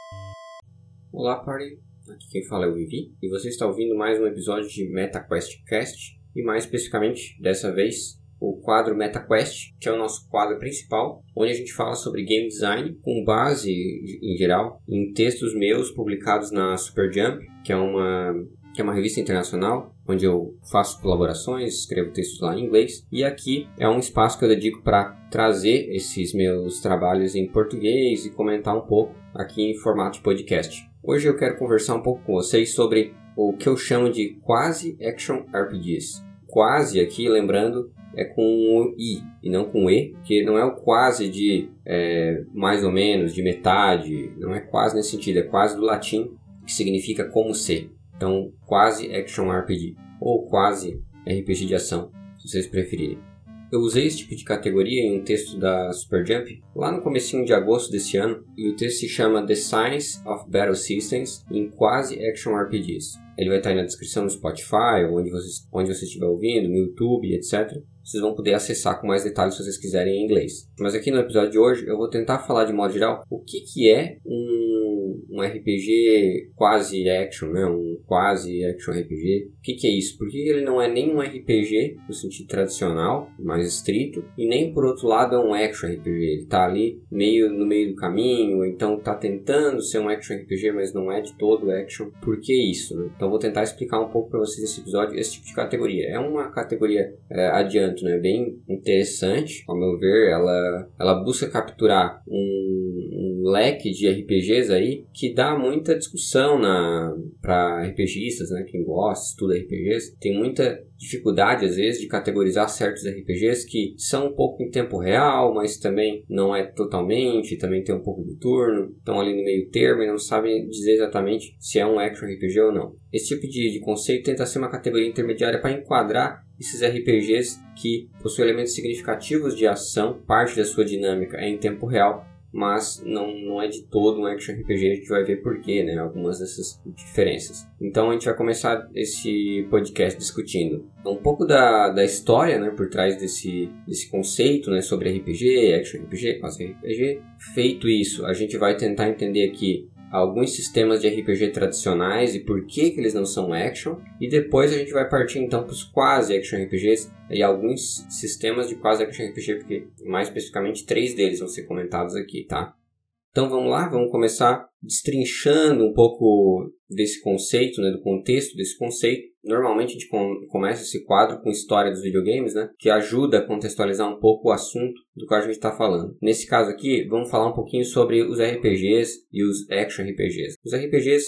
Olá, party! Aqui quem fala é o Vivi e você está ouvindo mais um episódio de MetaQuest Cast e mais especificamente, dessa vez, o quadro MetaQuest, que é o nosso quadro principal, onde a gente fala sobre game design com base, em geral, em textos meus publicados na Superjump, que é uma revista internacional, onde eu faço colaborações, escrevo textos lá em inglês, e aqui é um espaço que eu dedico para trazer esses meus trabalhos em português e comentar um pouco aqui em formato de podcast. Hoje eu quero conversar um pouco com vocês sobre o que eu chamo de quasi-action RPGs. Quasi aqui, lembrando, é com o I e não com E, que não é o quase de mais ou menos, de metade, não é quase nesse sentido, é quase do latim, que significa como ser. Então, quase action RPG, ou quase RPG de ação, se vocês preferirem. Eu usei esse tipo de categoria em um texto da Superjump lá no comecinho de agosto desse ano, e o texto se chama The Science of Battle Systems in Quasi Action RPGs. Ele vai estar aí na descrição no Spotify, ou onde você estiver ouvindo, no YouTube, etc. Vocês vão poder acessar com mais detalhes se vocês quiserem em inglês. Mas aqui no episódio de hoje eu vou tentar falar de modo geral o que é um RPG quase action, né? Um quase action RPG. O que é isso? Por que ele não é nem um RPG no sentido tradicional, mais estrito, e nem por outro lado é um action RPG. Ele está ali no meio do caminho, ou então está tentando ser um action RPG, mas não é de todo action. Por que isso, né? Então eu vou tentar explicar um pouco para vocês nesse episódio esse tipo de categoria. É uma categoria adianto, né? Bem interessante, ao meu ver. Ela busca capturar um leque de RPGs aí que dá muita discussão para RPGistas, né? Quem gosta, estuda RPGs, tem muita dificuldade às vezes de categorizar certos RPGs que são um pouco em tempo real, mas também não é totalmente, também tem um pouco de turno, estão ali no meio termo e não sabem dizer exatamente se é um action RPG ou não. Esse tipo de conceito tenta ser uma categoria intermediária para enquadrar esses RPGs que possuem elementos significativos de ação, parte da sua dinâmica é em tempo real, mas não é de todo um action RPG. A gente vai ver porquê, né? Algumas dessas diferenças. Então a gente vai começar esse podcast discutindo um pouco da história, né, por trás desse conceito, né, sobre RPG, action RPG, quase RPG. Feito isso, a gente vai tentar entender aqui alguns sistemas de RPG tradicionais e por que eles não são action, e depois a gente vai partir então para os quase action RPGs e alguns sistemas de quase action RPG, porque mais especificamente 3 deles vão ser comentados aqui, tá? Então vamos lá, vamos começar destrinchando um pouco desse conceito, né, do contexto desse conceito. Normalmente a gente começa esse quadro com história dos videogames, né, que ajuda a contextualizar um pouco o assunto do que a gente está falando. Nesse caso aqui, vamos falar um pouquinho sobre os RPGs e os Action RPGs. Os RPGs,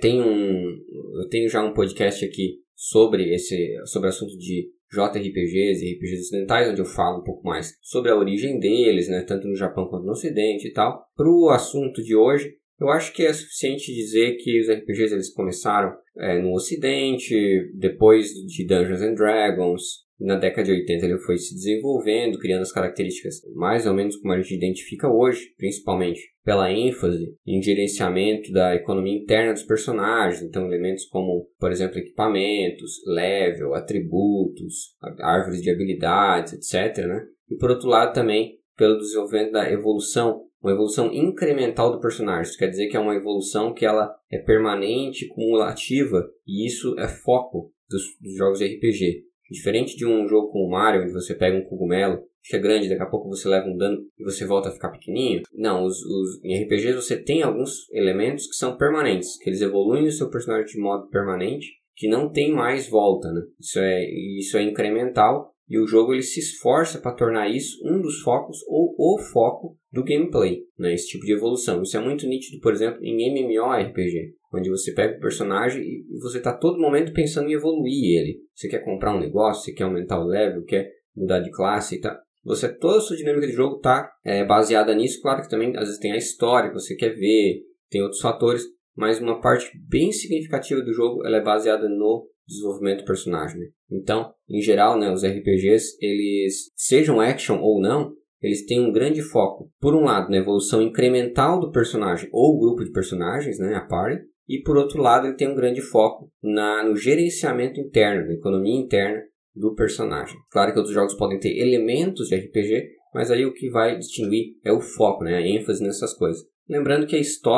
eu tenho já um podcast aqui sobre o assunto de JRPGs e RPGs ocidentais, onde eu falo um pouco mais sobre a origem deles, né, tanto no Japão quanto no Ocidente e tal. Para o assunto de hoje, eu acho que é suficiente dizer que os RPGs eles começaram no Ocidente, depois de Dungeons and Dragons. Na década de 80 ele foi se desenvolvendo, criando as características mais ou menos como a gente identifica hoje, principalmente pela ênfase em gerenciamento da economia interna dos personagens. Então elementos como, por exemplo, equipamentos, level, atributos, árvores de habilidades, etc., né? E por outro lado também pelo desenvolvimento da evolução, uma evolução incremental do personagem. Isso quer dizer que é uma evolução que ela é permanente, cumulativa, e isso é foco dos jogos de RPG. Diferente de um jogo como Mario, onde você pega um cogumelo, fica grande, daqui a pouco você leva um dano e você volta a ficar pequenininho. Não, em RPGs você tem alguns elementos que são permanentes, que eles evoluem o seu personagem de modo permanente, que não tem mais volta, né? Isso é incremental, e o jogo ele se esforça para tornar isso um dos focos ou o foco do gameplay, né? Esse tipo de evolução. Isso é muito nítido, por exemplo, em MMORPG, onde você pega o personagem e você está todo momento pensando em evoluir ele. Você quer comprar um negócio, você quer aumentar o level, quer mudar de classe e tal. Toda a sua dinâmica de jogo está baseada nisso. Claro que também às vezes tem a história que você quer ver, tem outros fatores, mas uma parte bem significativa do jogo ela é baseada no desenvolvimento do personagem, né? Então, em geral, né, os RPGs, eles sejam action ou não, eles têm um grande foco, por um lado, na evolução incremental do personagem ou grupo de personagens, né, a party, e por outro lado, ele tem um grande foco no gerenciamento interno, na economia interna do personagem. Claro que outros jogos podem ter elementos de RPG, mas aí o que vai distinguir é o foco, né, a ênfase nessas coisas. Lembrando que a história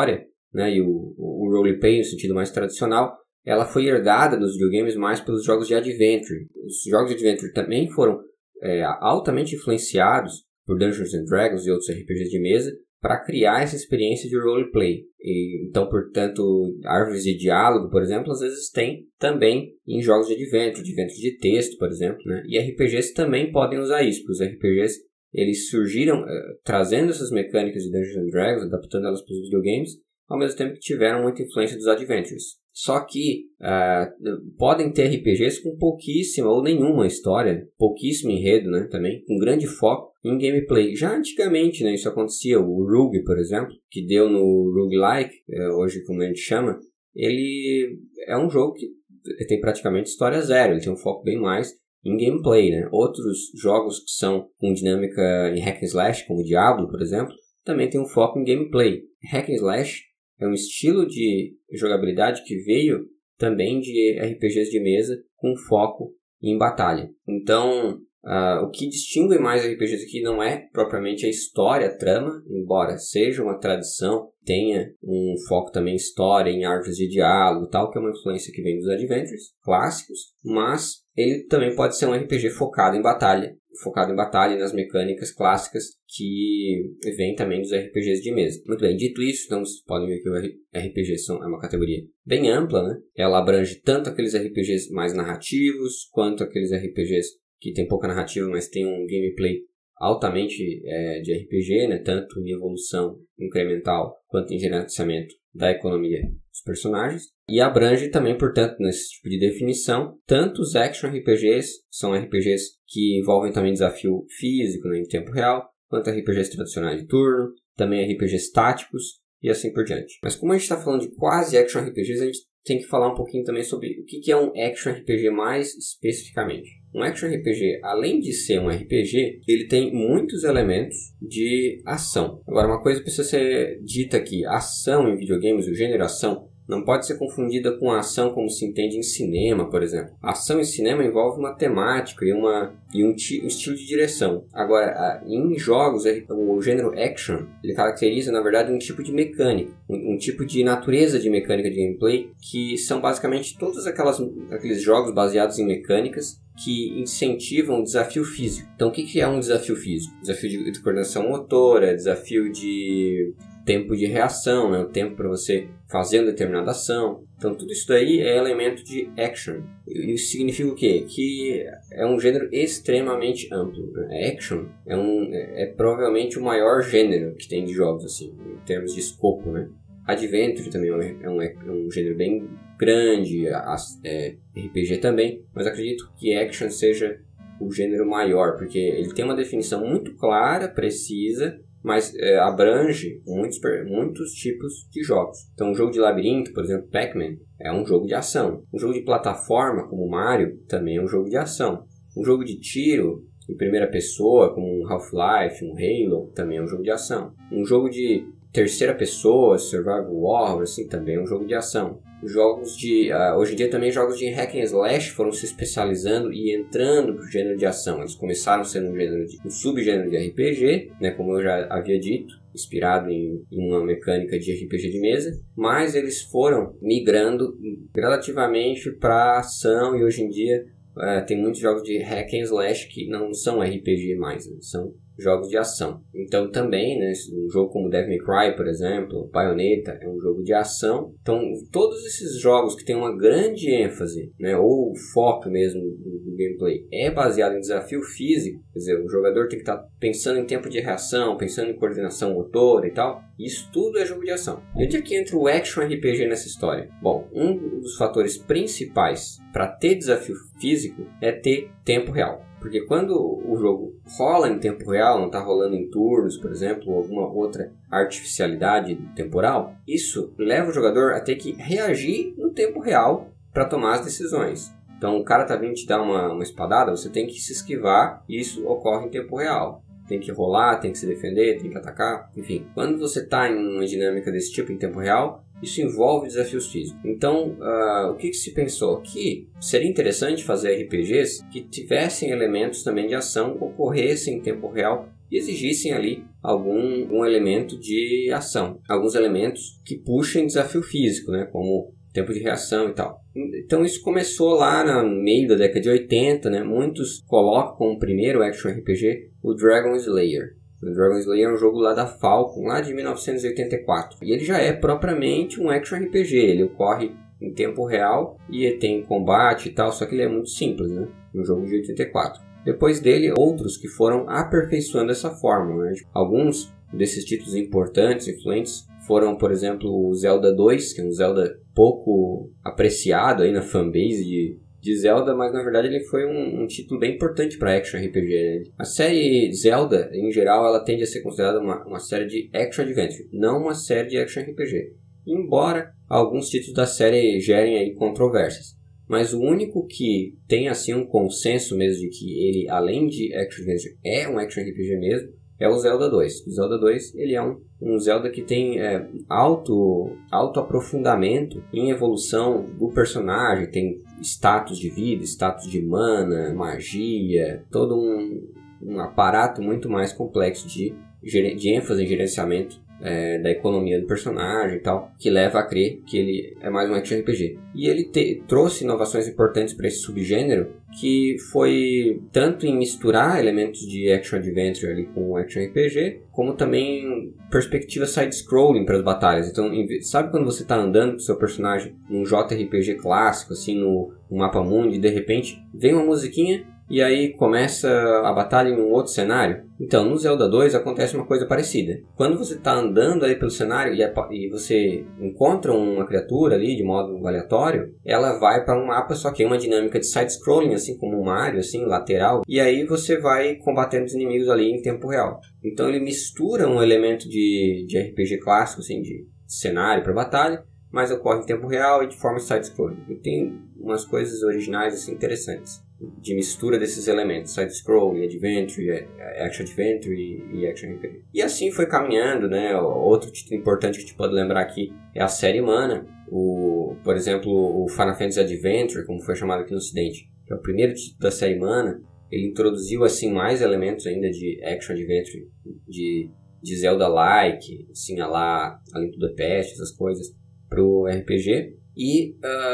né, e o roleplay no sentido mais tradicional, ela foi herdada dos videogames mais pelos jogos de adventure. Os jogos de adventure também foram altamente influenciados por Dungeons and Dragons e outros RPGs de mesa para criar essa experiência de roleplay. Então, portanto, árvores de diálogo, por exemplo, às vezes tem também em jogos de adventure de texto, por exemplo, né? E RPGs também podem usar isso, porque os RPGs eles surgiram trazendo essas mecânicas de Dungeons and Dragons, adaptando elas para os videogames, ao mesmo tempo que tiveram muita influência dos adventures. Só que podem ter RPGs com pouquíssima ou nenhuma história, pouquíssimo enredo, né, também, com grande foco em gameplay. Já antigamente, né, isso acontecia. O Rogue, por exemplo, que deu no roguelike, hoje como a gente chama, ele é um jogo que tem praticamente história zero, ele tem um foco bem mais em gameplay, né? Outros jogos que são com dinâmica em hack and slash, como Diablo, por exemplo, também tem um foco em gameplay. Hack and slash é um estilo de jogabilidade que veio também de RPGs de mesa com foco em batalha. Então, o que distingue mais RPGs aqui não é propriamente a história, a trama, embora seja uma tradição, tenha um foco também em história, em árvores de diálogo e tal, que é uma influência que vem dos adventures clássicos, mas ele também pode ser um RPG focado em batalha nas mecânicas clássicas que vem também dos RPGs de mesa. Muito bem, dito isso, então vocês podem ver que o RPG é uma categoria bem ampla, né? Ela abrange tanto aqueles RPGs mais narrativos, quanto aqueles RPGs que tem pouca narrativa, mas tem um gameplay altamente de RPG, né? Tanto em evolução incremental, quanto em gerenciamento da economia dos personagens. E abrange também, portanto, nesse tipo de definição, tanto os action RPGs, são RPGs que envolvem também desafio físico, né, em tempo real, quanto RPGs tradicionais de turno, também RPGs táticos e assim por diante. Mas como a gente está falando de quase action RPGs, a gente tem que falar um pouquinho também sobre o que é um action RPG mais especificamente. Um action RPG, além de ser um RPG, ele tem muitos elementos de ação. Agora, uma coisa precisa ser dita aqui. A ação em videogames, o gênero ação, não pode ser confundida com a ação como se entende em cinema, por exemplo. A ação em cinema envolve uma temática e um estilo de direção. Agora, em jogos, o gênero action, ele caracteriza, na verdade, um tipo de mecânica, um tipo de natureza de mecânica de gameplay, que são basicamente todos aqueles jogos baseados em mecânicas que incentivam o desafio físico. Então, o que é um desafio físico? Desafio de coordenação motora, desafio de tempo de reação, né? O tempo para você fazer uma determinada ação. Então, tudo isso daí é elemento de action. Isso significa o quê? Que é um gênero extremamente amplo, né? Action é provavelmente o maior gênero que tem de jogos, assim, em termos de escopo, né? Adventure também é um gênero bem grande, RPG também, mas acredito que action seja o gênero maior, porque ele tem uma definição muito clara, precisa, mas abrange muitos tipos de jogos. Então, um jogo de labirinto, por exemplo, Pac-Man, é um jogo de ação. Um jogo de plataforma, como Mario, também é um jogo de ação. Um jogo de tiro em primeira pessoa, como um Half-Life, um Halo, também é um jogo de ação. Um jogo de terceira pessoa, Survival Horror, assim, também é um jogo de ação. Jogos hoje em dia também jogos de hack and slash foram se especializando e entrando para o gênero de ação. Eles começaram sendo um subgênero de RPG, né, como eu já havia dito, inspirado em uma mecânica de RPG de mesa, mas eles foram migrando gradativamente para ação e hoje em dia tem muitos jogos de hack and slash que não são RPG mais, né, são jogos de ação. Então também, né, um jogo como Devil May Cry, por exemplo, Bayonetta, é um jogo de ação. Então todos esses jogos que têm uma grande ênfase, né, ou foco mesmo do gameplay, é baseado em desafio físico, quer dizer, o jogador tem que estar pensando em tempo de reação, pensando em coordenação motora e tal. Isso tudo é jogo de ação. E onde é que entra o action RPG nessa história? Bom, um dos fatores principais para ter desafio físico é ter tempo real. Porque quando o jogo rola em tempo real, não está rolando em turnos, por exemplo, ou alguma outra artificialidade temporal, isso leva o jogador a ter que reagir no tempo real para tomar as decisões. Então o cara está vindo te dar uma espadada, você tem que se esquivar e isso ocorre em tempo real. Tem que rolar, tem que se defender, tem que atacar, enfim. Quando você está em uma dinâmica desse tipo em tempo real, isso envolve desafios físicos. Então, o que se pensou? Que seria interessante fazer RPGs que tivessem elementos também de ação, ocorressem em tempo real e exigissem ali algum elemento de ação, alguns elementos que puxem desafio físico, né, como tempo de reação e tal. Então isso começou lá no meio da década de 80, né? Muitos colocam como primeiro action RPG o Dragon Slayer. O Dragon Slayer é um jogo lá da Falcon, lá de 1984. E ele já é propriamente um action RPG. Ele ocorre em tempo real e tem combate e tal, só que ele é muito simples, né? Um jogo de 84. Depois dele, outros que foram aperfeiçoando essa fórmula, né? Alguns desses títulos importantes, influentes, foram, por exemplo, o Zelda 2, que é um Zelda pouco apreciado aí na fanbase de Zelda, mas na verdade ele foi um título bem importante para Action RPG. Né? A série Zelda, em geral, ela tende a ser considerada uma série de Action Adventure, não uma série de Action RPG. Embora alguns títulos da série gerem aí controvérsias. Mas o único que tem assim um consenso mesmo de que ele, além de Action Adventure, é um Action RPG mesmo, é o Zelda 2. O Zelda 2 ele é um Zelda que tem alto aprofundamento em evolução do personagem, tem status de vida, status de mana, magia, todo um aparato muito mais complexo de ênfase em gerenciamento da economia do personagem e tal, que leva a crer que ele é mais um action RPG. E ele trouxe inovações importantes para esse subgênero, que foi tanto em misturar elementos de action adventure ali com action RPG, como também perspectiva side-scrolling para as batalhas. Então, sabe quando você está andando com o seu personagem num JRPG clássico, assim, no mapa mundi, e de repente vem uma musiquinha e aí começa a batalha em um outro cenário? Então, no Zelda 2 acontece uma coisa parecida. Quando você está andando aí pelo cenário e você encontra uma criatura ali de modo aleatório, ela vai para um mapa, só que tem uma dinâmica de side-scrolling, assim como o Mario, assim, lateral, e aí você vai combatendo os inimigos ali em tempo real. Então ele mistura um elemento de RPG clássico, assim, de cenário para batalha, mas ocorre em tempo real e de forma side-scrolling. E tem umas coisas originais assim, interessantes de mistura desses elementos, side-scrolling, adventure, action adventure e action RPG. E assim foi caminhando, né? Outro título importante que a gente pode lembrar aqui é a série Mana. Por exemplo, o Final Fantasy Adventure, como foi chamado aqui no ocidente, que é o primeiro título da série Mana. Ele introduziu assim mais elementos ainda de action adventure, de Zelda-like, assim, a Link to the Past, essas coisas, pro RPG. E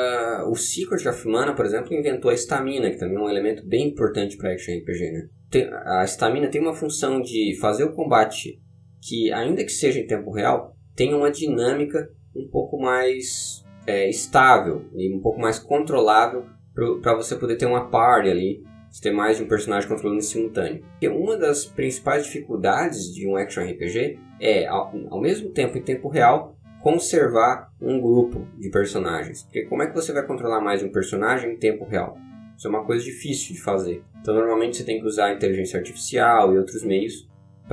o Secret of Mana, por exemplo, inventou a estamina, que também é um elemento bem importante para Action RPG, né? A estamina tem uma função de fazer o combate que, ainda que seja em tempo real, tenha uma dinâmica um pouco mais estável e um pouco mais controlável para você poder ter uma party ali, ter mais de um personagem controlando em simultâneo. Porque uma das principais dificuldades de um Action RPG é, ao mesmo tempo, em tempo real, conservar um grupo de personagens. Porque como é que você vai controlar mais de um personagem em tempo real? Isso é uma coisa difícil de fazer. Então, normalmente você tem que usar a inteligência artificial e outros meios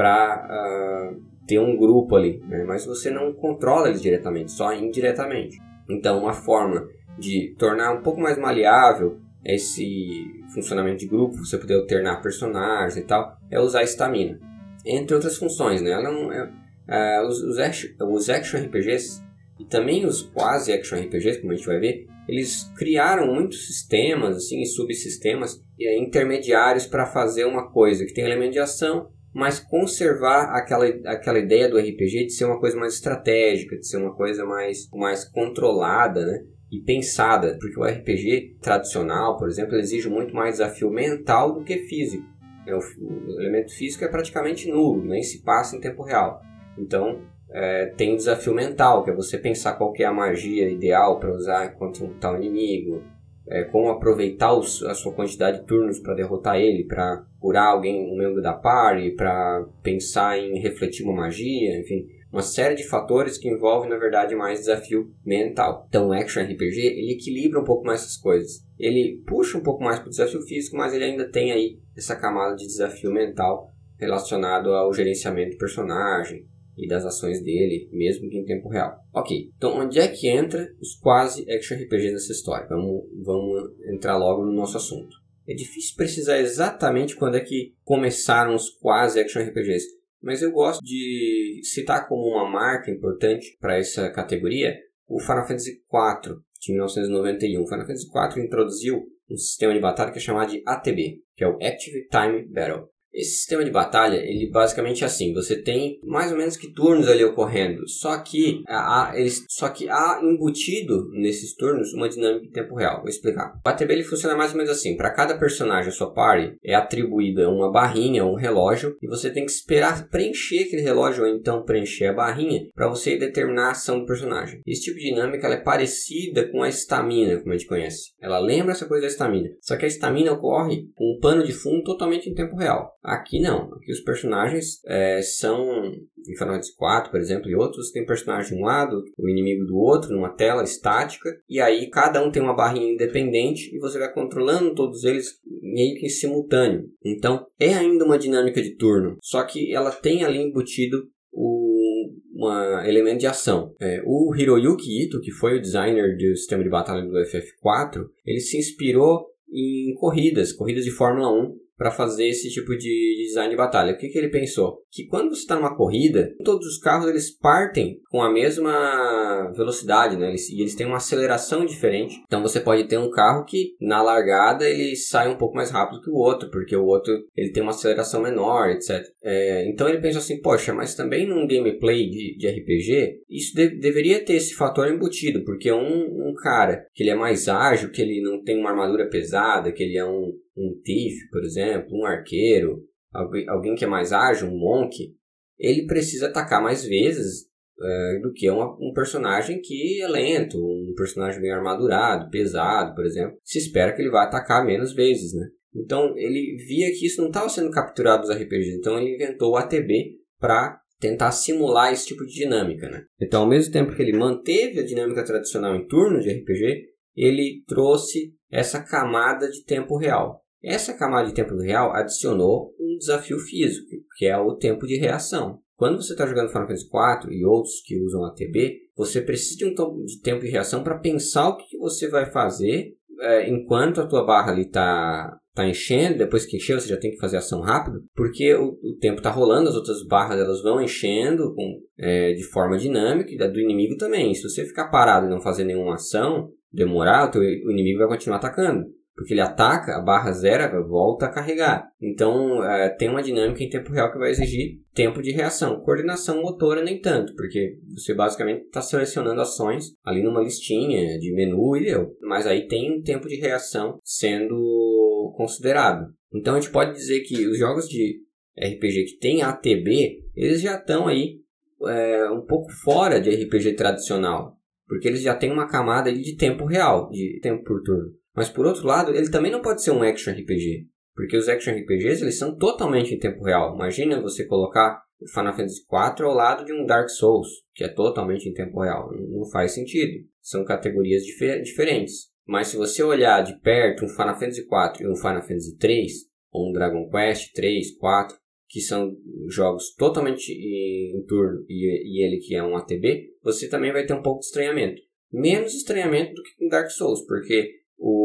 para ter um grupo ali, né? Mas você não controla eles diretamente, só indiretamente. Então, uma forma de tornar um pouco mais maleável esse funcionamento de grupo, você poder alternar personagens e tal, é usar a estamina. Entre outras funções, né? Ela não os action RPGs e também os quase action RPGs, como a gente vai ver, eles criaram muitos sistemas assim, e subsistemas intermediários para fazer uma coisa que tem elemento de ação, mas conservar aquela ideia do RPG de ser uma coisa mais estratégica, de ser uma coisa mais controlada, né? E pensada, porque o RPG tradicional, por exemplo, exige muito mais desafio mental do que físico. O elemento físico é praticamente nulo, nem se passa em tempo real. Então, tem o desafio mental, que é você pensar qual que é a magia ideal para usar contra um tal inimigo, como aproveitar a sua quantidade de turnos para derrotar ele, para curar alguém, um membro da party, para pensar em refletir uma magia, enfim, uma série de fatores que envolvem, na verdade, mais desafio mental. Então, o Action RPG, ele equilibra um pouco mais essas coisas. Ele puxa um pouco mais para o desafio físico, mas ele ainda tem aí essa camada de desafio mental relacionado ao gerenciamento do personagem e das ações dele, mesmo que em tempo real. Ok, então onde é que entra os quase Action RPGs nessa história? Vamos entrar logo no nosso assunto. É difícil precisar exatamente quando é que começaram os quase Action RPGs, mas eu gosto de citar como uma marca importante para essa categoria o Final Fantasy IV, de 1991. O Final Fantasy IV introduziu um sistema de batalha que é chamado de ATB, que é o Active Time Battle. Esse sistema de batalha, ele basicamente é assim, você tem mais ou menos que turnos ali ocorrendo, só que há embutido nesses turnos uma dinâmica em tempo real. Vou explicar. O ATB ele funciona mais ou menos assim, para cada personagem a sua party é atribuída uma barrinha, um relógio, e você tem que esperar preencher aquele relógio ou então preencher a barrinha para você determinar a ação do personagem. Esse tipo de dinâmica ela é parecida com a estamina, como a gente conhece. Ela lembra essa coisa da estamina, só que a estamina ocorre com um pano de fundo totalmente em tempo real. Aqui não, aqui os personagens são, em Final Fantasy IV, por exemplo, e outros, tem personagem de um lado, o inimigo do outro, numa tela estática, e aí cada um tem uma barrinha independente e você vai controlando todos eles meio que em simultâneo. Então, é ainda uma dinâmica de turno, só que ela tem ali embutido um elemento de ação. O Hiroyuki Ito, que foi o designer do sistema de batalha do FF4, ele se inspirou em corridas de Fórmula 1, para fazer esse tipo de design de batalha. O que ele pensou? Que quando você está numa corrida, todos os carros eles partem com a mesma velocidade, né? Eles têm uma aceleração diferente. Então você pode ter um carro que na largada ele sai um pouco mais rápido que o outro, porque o outro ele tem uma aceleração menor, etc. Então ele pensou assim, poxa, mas também num gameplay de RPG, isso deveria ter esse fator embutido, porque um cara que ele é mais ágil, que ele não tem uma armadura pesada, que ele é um thief, por exemplo, um arqueiro, alguém que é mais ágil, um monk, ele precisa atacar mais vezes do que um personagem que é lento, um personagem bem armadurado, pesado, por exemplo. Se espera que ele vai atacar menos vezes, né? Então ele via que isso não estava sendo capturado nos RPGs, então ele inventou o ATB para tentar simular esse tipo de dinâmica, né? Então, ao mesmo tempo que ele manteve a dinâmica tradicional em turno de RPG, ele trouxe essa camada de tempo real. Essa camada de tempo real adicionou um desafio físico, que é o tempo de reação. Quando você está jogando Final Fantasy IV e outros que usam ATB, você precisa de um tempo de reação para pensar o que você vai fazer enquanto a tua barra ali está enchendo. Depois que encher, você já tem que fazer ação rápido, porque o tempo está rolando, as outras barras elas vão enchendo de forma dinâmica, e da do inimigo também. Se você ficar parado e não fazer nenhuma ação, demorar, o inimigo vai continuar atacando. Porque ele ataca, a barra zera, volta a carregar. Então, tem uma dinâmica em tempo real que vai exigir tempo de reação. Coordenação motora nem tanto, porque você basicamente está selecionando ações ali numa listinha de menu e deu. Mas aí tem um tempo de reação sendo considerado. Então, a gente pode dizer que os jogos de RPG que tem ATB, eles já estão aí um pouco fora de RPG tradicional. Porque eles já têm uma camada ali de tempo real, de tempo por turno. Mas por outro lado, ele também não pode ser um action RPG, porque os action RPGs eles são totalmente em tempo real. Imagina você colocar o Final Fantasy IV ao lado de um Dark Souls, que é totalmente em tempo real. Não faz sentido. São categorias diferentes. Mas se você olhar de perto um Final Fantasy IV e um Final Fantasy III, ou um Dragon Quest 3, 4, que são jogos totalmente em turno e ele que é um ATB, você também vai ter um pouco de estranhamento. Menos estranhamento do que com Dark Souls, porque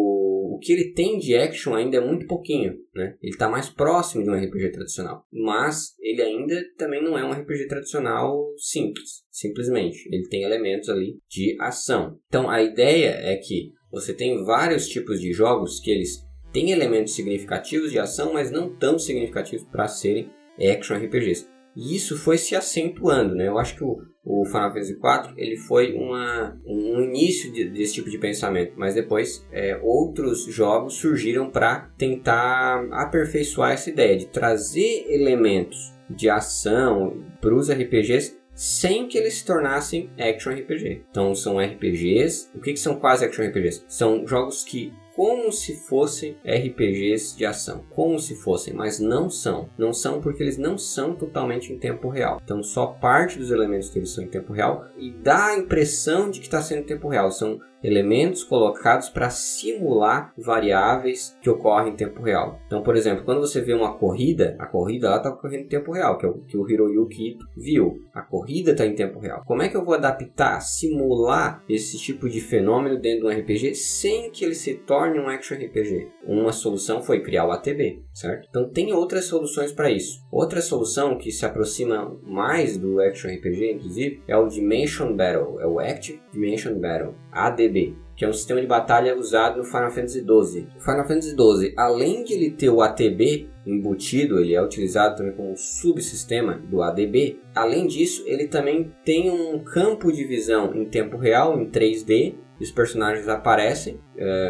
o que ele tem de action ainda é muito pouquinho, né? Ele está mais próximo de um RPG tradicional. Mas ele ainda também não é um RPG tradicional simples. Simplesmente. Ele tem elementos ali de ação. Então a ideia é que você tem vários tipos de jogos que eles têm elementos significativos de ação, mas não tão significativos para serem action RPGs. E isso foi se acentuando, né? Eu acho que o Final Fantasy IV ele foi um início desse tipo de pensamento, mas depois outros jogos surgiram para tentar aperfeiçoar essa ideia de trazer elementos de ação para os RPGs sem que eles se tornassem action RPG. Então são RPGs. O que são quase action RPGs? São jogos que como se fossem RPGs de ação. Como se fossem, mas não são. Não são porque eles não são totalmente em tempo real. Então só parte dos elementos deles são em tempo real e dá a impressão de que está sendo em tempo real. São elementos colocados para simular variáveis que ocorrem em tempo real. Então, por exemplo, quando você vê uma corrida, a corrida está ocorrendo em tempo real, que é o que o Hiroyuki Ito viu. A corrida está em tempo real. Como é que eu vou adaptar, simular esse tipo de fenômeno dentro de um RPG sem que ele se torne um action RPG? Uma solução foi criar o ATB, certo? Então tem outras soluções para isso. Outra solução que se aproxima mais do action RPG, inclusive, é o Dimension Battle, é o Active Dimension Battle, ADB ATB, que é um sistema de batalha usado no Final Fantasy XII. O Final Fantasy XII, além de ele ter o ATB embutido, ele é utilizado também como um subsistema do ADB. Além disso, ele também tem um campo de visão em tempo real, em 3D, e os personagens aparecem,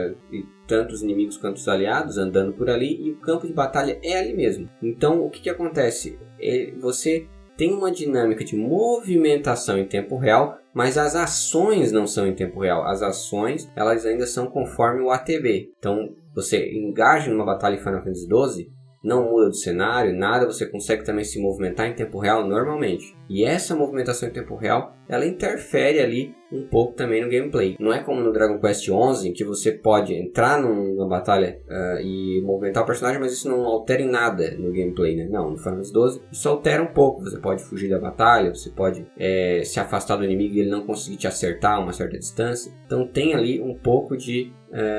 tanto os inimigos quanto os aliados, andando por ali, e o campo de batalha é ali mesmo. Então, o que acontece? Você tem uma dinâmica de movimentação em tempo real, mas as ações não são em tempo real. As ações, elas ainda são conforme o ATB. Então, você engaja numa batalha em Final Fantasy XII, não muda de cenário, nada, você consegue também se movimentar em tempo real normalmente. E essa movimentação em tempo real, ela interfere ali um pouco também no gameplay. Não é como no Dragon Quest XI, em que você pode entrar numa batalha e movimentar o personagem, mas isso não altera em nada no gameplay, né? Não, no Final Fantasy XII isso altera um pouco. Você pode fugir da batalha, você pode se afastar do inimigo e ele não conseguir te acertar a uma certa distância. Então tem ali um pouco de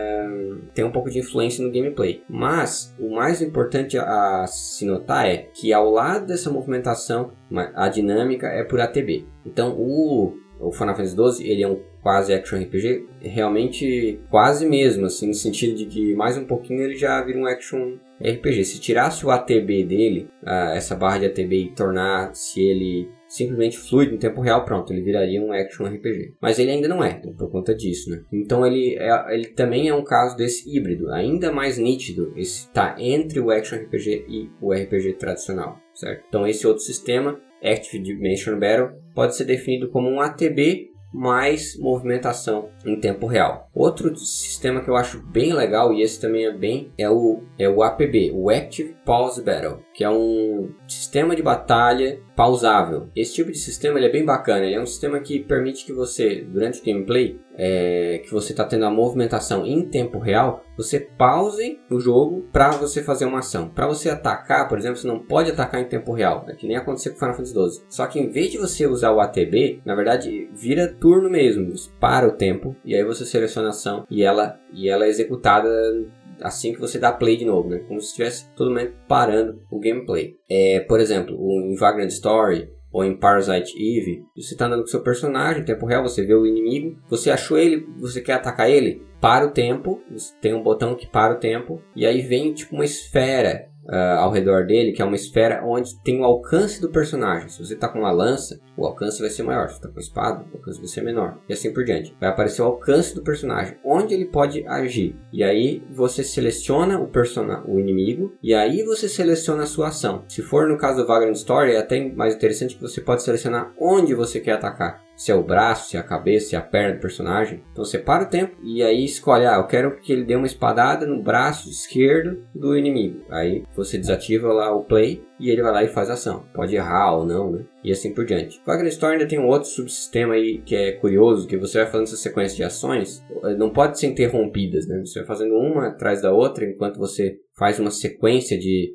influência no gameplay. Mas o mais importante a se notar é que ao lado dessa movimentação, a dinâmica é por ATB. Então o Final Fantasy XII, ele é um quase action RPG, realmente quase mesmo, assim, no sentido de que mais um pouquinho ele já vira um action RPG. Se tirasse o ATB dele, essa barra de ATB, e tornasse ele simplesmente fluido em tempo real, pronto, ele viraria um action RPG. Mas ele ainda não é, por conta disso, né? Então ele também é um caso desse híbrido, ainda mais nítido, está entre o action RPG e o RPG tradicional, certo? Então esse outro sistema, Active Dimension Battle, pode ser definido como um ATB mais movimentação em tempo real. Outro sistema que eu acho bem legal, e esse também é o APB, o Active Pause Battle, que é um sistema de batalha pausável. Esse tipo de sistema ele é bem bacana, ele é um sistema que permite que você, durante o gameplay, que você está tendo a movimentação em tempo real, você pause o jogo para você fazer uma ação. Para você atacar, por exemplo, você não pode atacar em tempo real, que nem aconteceu com o Final Fantasy XII. Só que em vez de você usar o ATB, na verdade vira turno mesmo, você para o tempo e aí você seleciona a ação e ela é executada assim que você dá play de novo, né? Como se estivesse todo momento parando o gameplay. Por exemplo, em Vagrant Story ou em Parasite Eve, você está andando com seu personagem em tempo real, você vê o inimigo, você achou ele, você quer atacar ele, para o tempo, tem um botão que para o tempo, e aí vem tipo uma esfera ao redor dele, que é uma esfera onde tem o alcance do personagem. Se você está com uma lança, o alcance vai ser maior. Se você está com a espada, o alcance vai ser menor. E assim por diante. Vai aparecer o alcance do personagem, onde ele pode agir. E aí você seleciona o inimigo, e aí você seleciona a sua ação. Se for no caso do Vagrant Story, é até mais interessante que você pode selecionar onde você quer atacar. Se é o braço, se é a cabeça, se é a perna do personagem. Então você para o tempo e aí escolhe, eu quero que ele dê uma espadada no braço esquerdo do inimigo. Aí você desativa lá o play e ele vai lá e faz a ação. Pode errar ou não, né? E assim por diante. O Vagrant Story ainda tem um outro subsistema aí que é curioso, que você vai fazendo essa sequência de ações, não pode ser interrompidas, né? Você vai fazendo uma atrás da outra enquanto você faz uma sequência de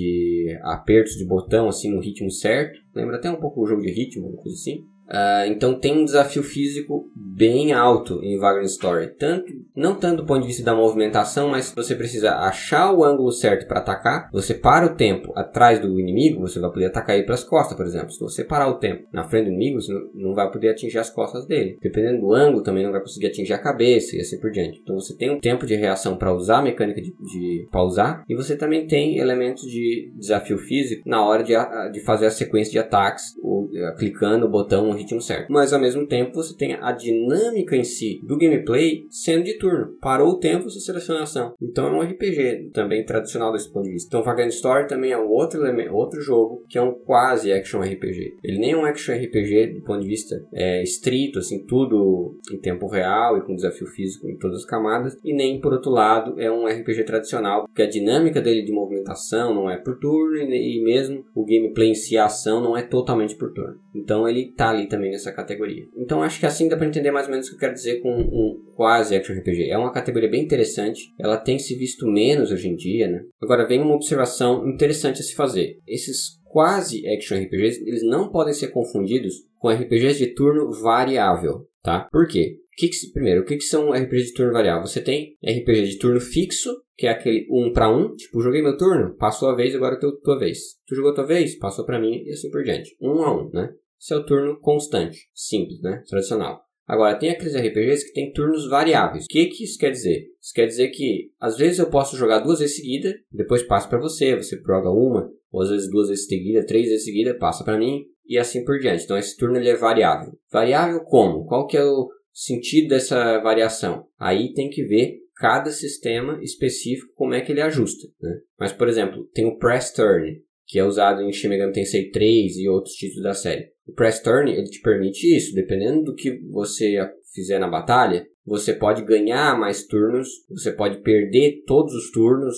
apertos de botão assim no ritmo certo. Lembra até um pouco o jogo de ritmo, uma coisa assim. Então tem um desafio físico bem alto em Vagrant Story, não tanto do ponto de vista da movimentação, mas você precisa achar o ângulo certo para atacar. Você para o tempo atrás do inimigo, você vai poder atacar ele pelas costas, por exemplo. Se você parar o tempo na frente do inimigo, você não vai poder atingir as costas dele. Dependendo do ângulo, também não vai conseguir atingir a cabeça e assim por diante. Então você tem um tempo de reação para usar a mecânica de pausar, e você também tem elementos de desafio físico na hora de fazer a sequência de ataques, clicando o botão no ritmo certo. Mas ao mesmo tempo você tem a dinâmica em si do gameplay sendo de turno. Parou o tempo, você seleciona a ação. Então é um RPG também tradicional desse ponto de vista. Então Vagrant Story também é outro jogo que é um quase action RPG. Ele nem é um action RPG do ponto de vista estrito, assim, tudo em tempo real e com desafio físico em todas as camadas, e nem por outro lado é um RPG tradicional, porque a dinâmica dele de movimentação não é por turno e mesmo o gameplay em si, a ação, não é totalmente por turno. Então ele tá ali também nessa categoria. Então acho que assim dá para entender mais ou menos o que eu quero dizer com um quase action RPG. É uma categoria bem interessante, ela tem se visto menos hoje em dia, né? Agora vem uma observação interessante a se fazer. Esses quase action RPGs, eles não podem ser confundidos com RPGs de turno variável, tá? Por quê? Primeiro, o que são RPGs de turno variável? Você tem RPG de turno fixo, que é aquele 1 para 1, tipo, joguei meu turno, passou a vez, agora é tua vez. Tu jogou a tua vez, passou para mim e assim por diante. 1 a 1, né? Esse é o turno constante, simples, né? Tradicional. Agora, tem aqueles RPGs que tem turnos variáveis. O que isso quer dizer? Isso quer dizer que, às vezes, eu posso jogar 2 vezes seguida, depois passa para você joga uma, ou às vezes 2 vezes seguida, 3 vezes seguida, passa para mim, e assim por diante. Então, esse turno ele é variável. Variável como? Qual que é o sentido dessa variação? Aí tem que ver cada sistema específico como é que ele ajusta, né? Mas, por exemplo, tem o Press Turn, que é usado em Shin Megami Tensei 3 e outros títulos da série. O Press Turn, ele te permite isso. Dependendo do que você fizer na batalha, você pode ganhar mais turnos, você pode perder todos os turnos,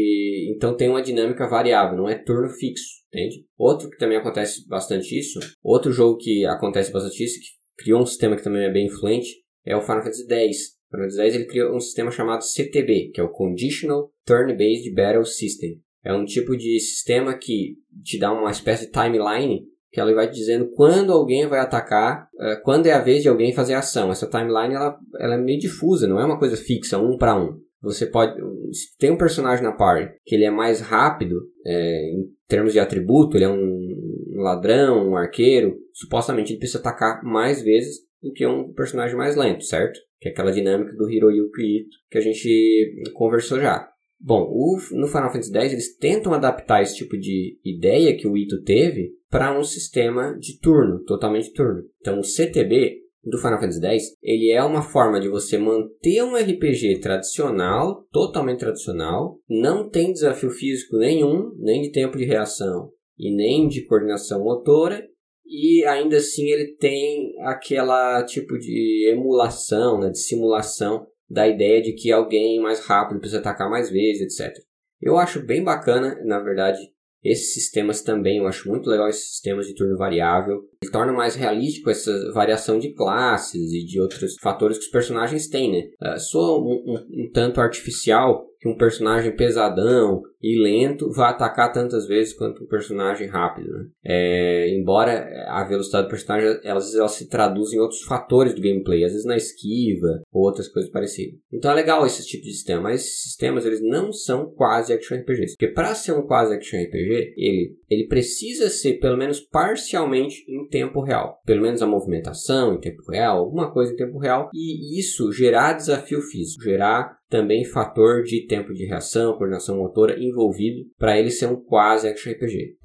e então tem uma dinâmica variável, não é turno fixo, entende? Outro que também acontece bastante isso, outro jogo que acontece bastante isso, que criou um sistema que também é bem influente, é o Final Fantasy X. O Final Fantasy X ele criou um sistema chamado CTB, que é o Conditional Turn-Based Battle System. É um tipo de sistema que te dá uma espécie de timeline, que ela vai te dizendo quando alguém vai atacar, quando é a vez de alguém fazer a ação. Essa timeline ela é meio difusa, não é uma coisa fixa, 1 para 1. Você pode, se tem um personagem na party que ele é mais rápido, em termos de atributo, ele é um ladrão, um arqueiro, supostamente ele precisa atacar mais vezes do que um personagem mais lento, certo? Que é aquela dinâmica do Hiroyuki Ito que a gente conversou já. Bom, no Final Fantasy X eles tentam adaptar esse tipo de ideia que o Ito teve para um sistema de turno, totalmente turno. Então o CTB do Final Fantasy X, ele é uma forma de você manter um RPG tradicional, totalmente tradicional, não tem desafio físico nenhum, nem de tempo de reação e nem de coordenação motora, e ainda assim ele tem aquela tipo de emulação, né, de simulação da ideia de que alguém mais rápido precisa atacar mais vezes, etc. Eu acho bem bacana, na verdade, esses sistemas também. Eu acho muito legal esses sistemas de turno variável. Ele torna mais realístico essa variação de classes e de outros fatores que os personagens têm, né? Soa um tanto artificial que um personagem pesadão e lento vai atacar tantas vezes quanto um personagem rápido, né? Embora a velocidade do personagem, às vezes ela se traduz em outros fatores do gameplay, às vezes na esquiva ou outras coisas parecidas. Então é legal esse tipo de sistema, mas esses sistemas eles não são quase action RPGs. Porque para ser um quase action RPG, ele precisa ser pelo menos parcialmente em tempo real. Pelo menos a movimentação em tempo real, alguma coisa em tempo real, e isso gerar desafio físico, gerar também fator de tempo de reação, coordenação motora envolvido para ele ser um quase action RPG.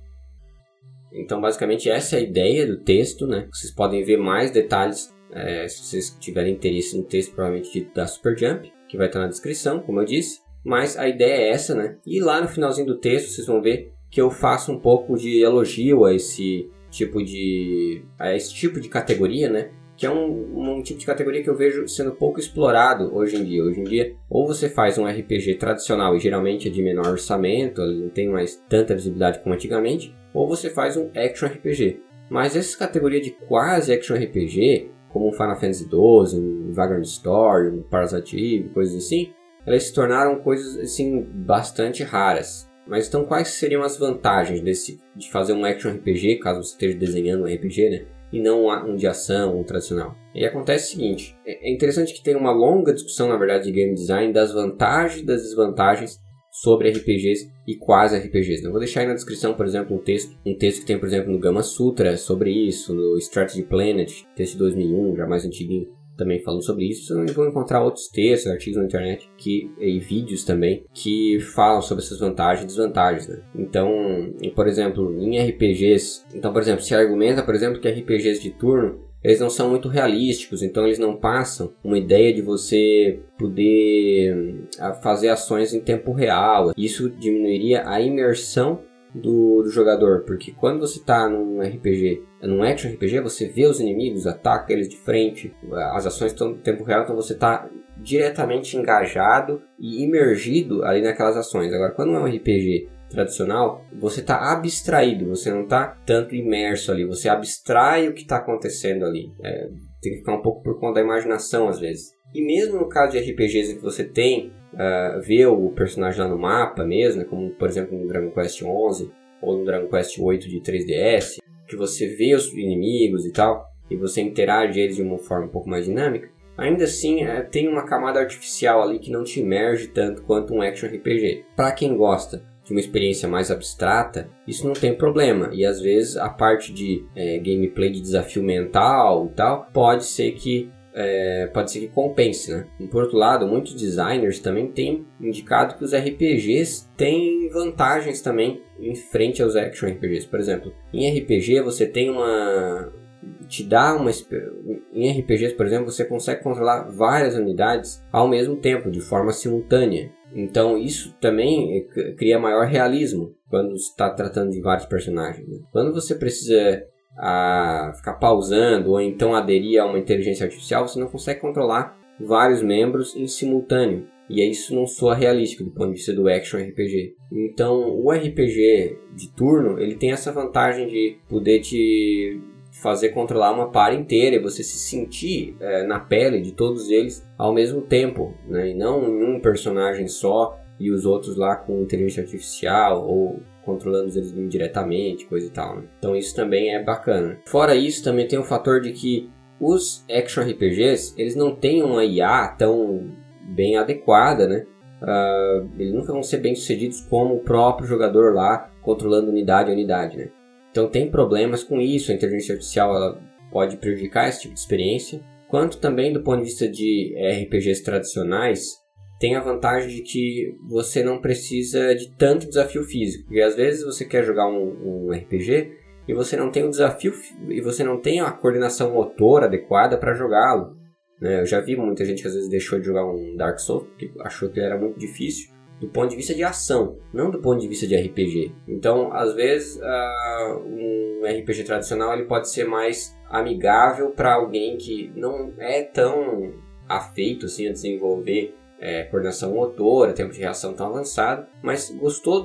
Então, basicamente, essa é a ideia do texto, né? Vocês podem ver mais detalhes se vocês tiverem interesse no texto, provavelmente da Superjump, que vai estar na descrição, como eu disse. Mas a ideia é essa, né? E lá no finalzinho do texto, vocês vão ver que eu faço um pouco de elogio a esse tipo de categoria, né? Que é um tipo de categoria que eu vejo sendo pouco explorado hoje em dia. Hoje em dia, ou você faz um RPG tradicional e geralmente é de menor orçamento, ele não tem mais tanta visibilidade como antigamente, ou você faz um Action RPG. Mas essa categoria de quase Action RPG, como um Final Fantasy XII, um Vagrant Story, um Parasite Eve, coisas assim, elas se tornaram coisas assim bastante raras. Mas então quais seriam as vantagens de fazer um Action RPG, caso você esteja desenhando um RPG, né? E não um de ação, um tradicional. E acontece o seguinte, é interessante que tem uma longa discussão, na verdade, de game design, das vantagens e das desvantagens sobre RPGs e quase RPGs. Eu vou deixar aí na descrição, por exemplo, um texto que tem, por exemplo, no Gama Sutra sobre isso, no Strategy Planet, texto de 2001, já mais antiguinho, também falando sobre isso. Vocês vão encontrar outros textos, artigos na internet e vídeos também que falam sobre essas vantagens e desvantagens, né? Então, por exemplo, em RPGs, se argumenta, por exemplo, que RPGs de turno eles não são muito realísticos, então eles não passam uma ideia de você poder fazer ações em tempo real. Isso diminuiria a imersão do jogador, porque quando você está num RPG, num action RPG, você vê os inimigos, ataca eles de frente, as ações estão em tempo real, então você está diretamente engajado e imergido ali naquelas ações. Agora, quando é um RPG tradicional, você está abstraído, você não está tanto imerso ali, você abstrai o que está acontecendo ali. Tem que ficar um pouco por conta da imaginação às vezes. E mesmo no caso de RPGs em que você tem ver o personagem lá no mapa mesmo, como por exemplo no Dragon Quest XI ou no Dragon Quest 8 de 3DS, que você vê os inimigos e tal, e você interage eles de uma forma um pouco mais dinâmica, ainda assim tem uma camada artificial ali que não te imerge tanto quanto um Action RPG. Para quem gosta de uma experiência mais abstrata, isso não tem problema, e às vezes a parte de gameplay de desafio mental e tal, pode ser que pode ser que compense, né? E por outro lado, muitos designers também têm indicado que os RPGs têm vantagens também em frente aos action RPGs. Por exemplo, em RPG você tem em RPGs, por exemplo, você consegue controlar várias unidades ao mesmo tempo, de forma simultânea. Então isso também cria maior realismo quando você está tratando de vários personagens, né? Quando você precisa ficar pausando ou então aderir a uma inteligência artificial, você não consegue controlar vários membros em simultâneo. E isso não soa realístico do ponto de vista do action RPG. Então o RPG de turno, ele tem essa vantagem de poder te fazer controlar uma par inteira e você se sentir na pele de todos eles ao mesmo tempo, né? E não em um personagem só e os outros lá com inteligência artificial ou controlando eles indiretamente, coisa e tal, né? Então isso também é bacana. Fora isso, também tem o fator de que os action RPGs, eles não têm uma IA tão bem adequada, né? Eles nunca vão ser bem sucedidos como o próprio jogador lá controlando unidade a unidade, né? Então tem problemas com isso, a inteligência artificial ela pode prejudicar esse tipo de experiência, quanto também do ponto de vista de RPGs tradicionais, tem a vantagem de que você não precisa de tanto desafio físico, porque às vezes você quer jogar um RPG e você não tem o desafio e você não tem a coordenação motora adequada para jogá-lo, né? Eu já vi muita gente que às vezes deixou de jogar um Dark Souls porque achou que ele era muito difícil, do ponto de vista de ação, não do ponto de vista de RPG. Então, às vezes, um RPG tradicional ele pode ser mais amigável para alguém que não é tão afeito assim, a desenvolver coordenação motora, tempo de reação tão avançado, mas gostou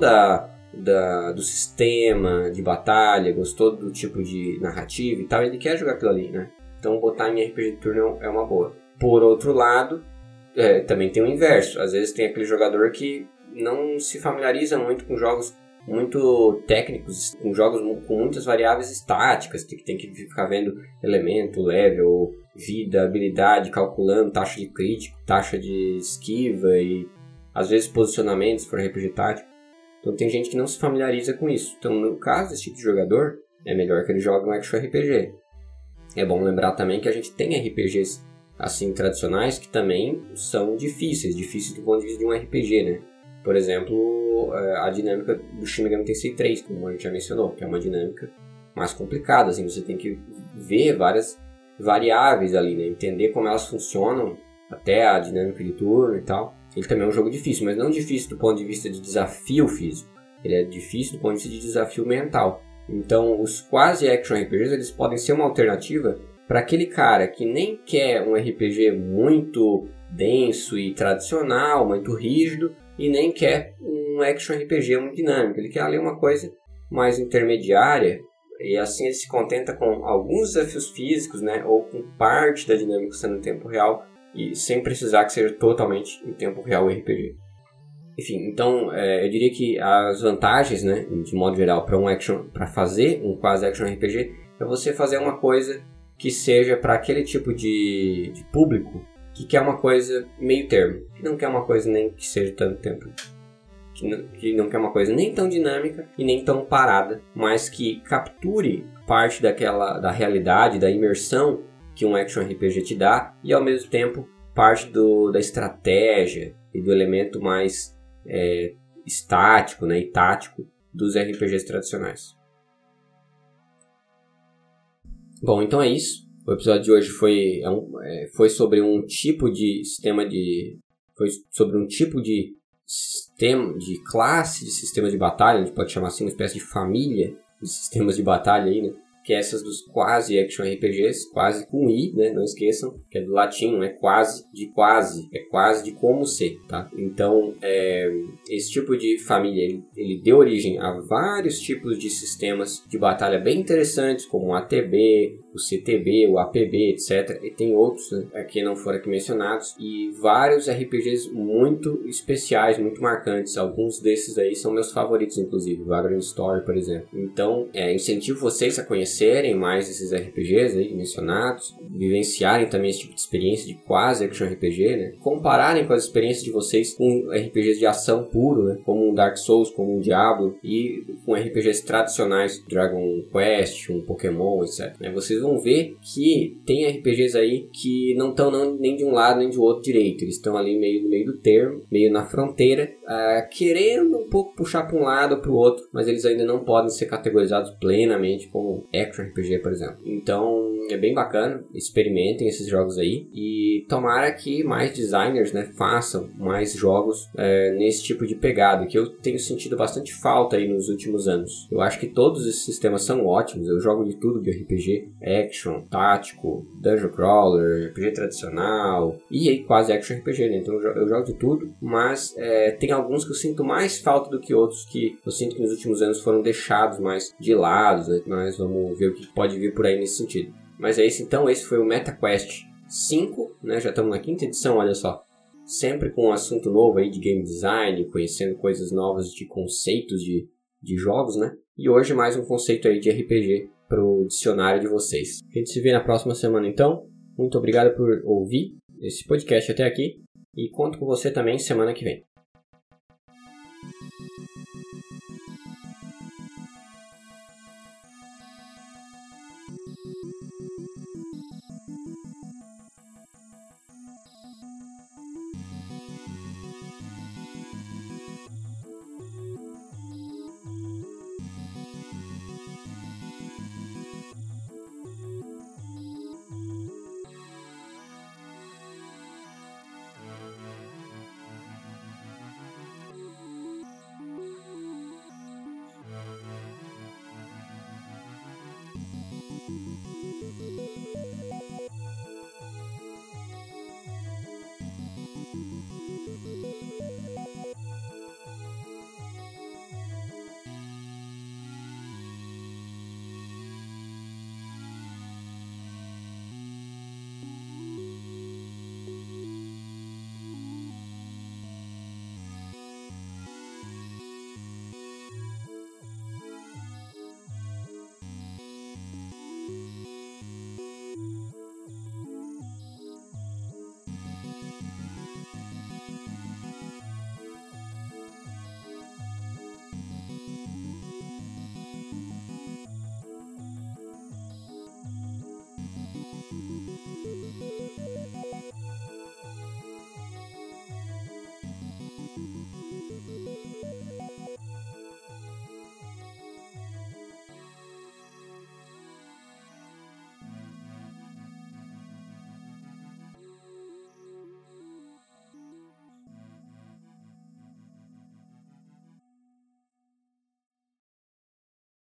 do sistema de batalha, gostou do tipo de narrativa e tal, ele quer jogar aquilo ali, né? Então, botar em RPG de turno é uma boa. Por outro lado, também tem o inverso. Às vezes tem aquele jogador que não se familiariza muito com jogos muito técnicos, com jogos com muitas variáveis estáticas, que tem que ficar vendo elemento, level, vida, habilidade, calculando taxa de crítico, taxa de esquiva e às vezes posicionamento, se for RPG tático. Então tem gente que não se familiariza com isso. Então no caso desse tipo de jogador, é melhor que ele jogue um action RPG. É bom lembrar também que a gente tem RPGs assim tradicionais que também são difíceis do ponto de vista de um RPG, né? Por exemplo, a dinâmica do Shin Megami Tensei 3, como a gente já mencionou, que é uma dinâmica mais complicada, assim, você tem que ver várias variáveis ali, né? Entender como elas funcionam, até a dinâmica de turno e tal. Ele também é um jogo difícil, mas não difícil do ponto de vista de desafio físico, ele é difícil do ponto de vista de desafio mental. Então, os quase action RPGs, eles podem ser uma alternativa para aquele cara que nem quer um RPG muito denso e tradicional, muito rígido, e nem quer um action RPG muito dinâmico. Ele quer ali uma coisa mais intermediária, e assim ele se contenta com alguns desafios físicos, né, ou com parte da dinâmica sendo em tempo real, e sem precisar que seja totalmente em tempo real o RPG. Enfim, então eu diria que as vantagens, né, de modo geral, para fazer um quase action RPG é você fazer uma coisa que seja para aquele tipo de público que quer uma coisa meio termo, que não quer uma coisa nem que seja tanto tempo, que não quer uma coisa nem tão dinâmica e nem tão parada, mas que capture parte da realidade, da imersão que um action RPG te dá e ao mesmo tempo parte da estratégia e do elemento mais estático, né, e tático dos RPGs tradicionais. Bom, então é isso. O episódio de hoje foi sobre um tipo de sistema de classe de sistema de batalha, a gente pode chamar assim, uma espécie de família de sistemas de batalha aí, né? Que é essas dos quase action RPGs, quase com I, né? Não esqueçam, que é do latim, não é quase, é quase de como ser, tá? Então, esse tipo de família, ele deu origem a vários tipos de sistemas de batalha bem interessantes, como o ATB, o CTB, o APB, etc. E tem outros, né, que não foram aqui mencionados, e vários RPGs muito especiais, muito marcantes. Alguns desses aí são meus favoritos, inclusive, Vagrant Story, por exemplo. Então, incentivo vocês a conhecerem mais esses RPGs aí mencionados, vivenciarem também esse tipo de experiência de quase action RPG, né? Compararem com as experiências de vocês com RPGs de ação puro, né? Como um Dark Souls, como um Diablo, e com RPGs tradicionais, Dragon Quest, um Pokémon, etc. Vocês vão ver que tem RPGs aí que não estão nem de um lado nem de outro direito. Eles estão ali meio no meio do termo, meio na fronteira, querendo um pouco puxar para um lado ou para o outro, mas eles ainda não podem ser categorizados plenamente como Action RPG, por exemplo. Então é bem bacana, experimentem esses jogos aí e tomara que mais designers, né, façam mais jogos nesse tipo de pegada, que eu tenho sentido bastante falta aí nos últimos anos. Eu acho que todos esses sistemas são ótimos, eu jogo de tudo de RPG, action, tático, dungeon crawler, RPG tradicional e aí quase action RPG, né? Então eu jogo de tudo, mas tem alguns que eu sinto mais falta do que outros que eu sinto que nos últimos anos foram deixados mais de lado, né? Mas vamos ver o que pode vir por aí nesse sentido. Mas é isso então, esse foi o MetaQuest 5, né? Já estamos na 5ª edição, olha só. Sempre com um assunto novo aí de game design, conhecendo coisas novas de conceitos de jogos, né? E hoje mais um conceito aí de RPG para o dicionário de vocês. A gente se vê na próxima semana então. Muito obrigado por ouvir esse podcast até aqui e conto com você também semana que vem.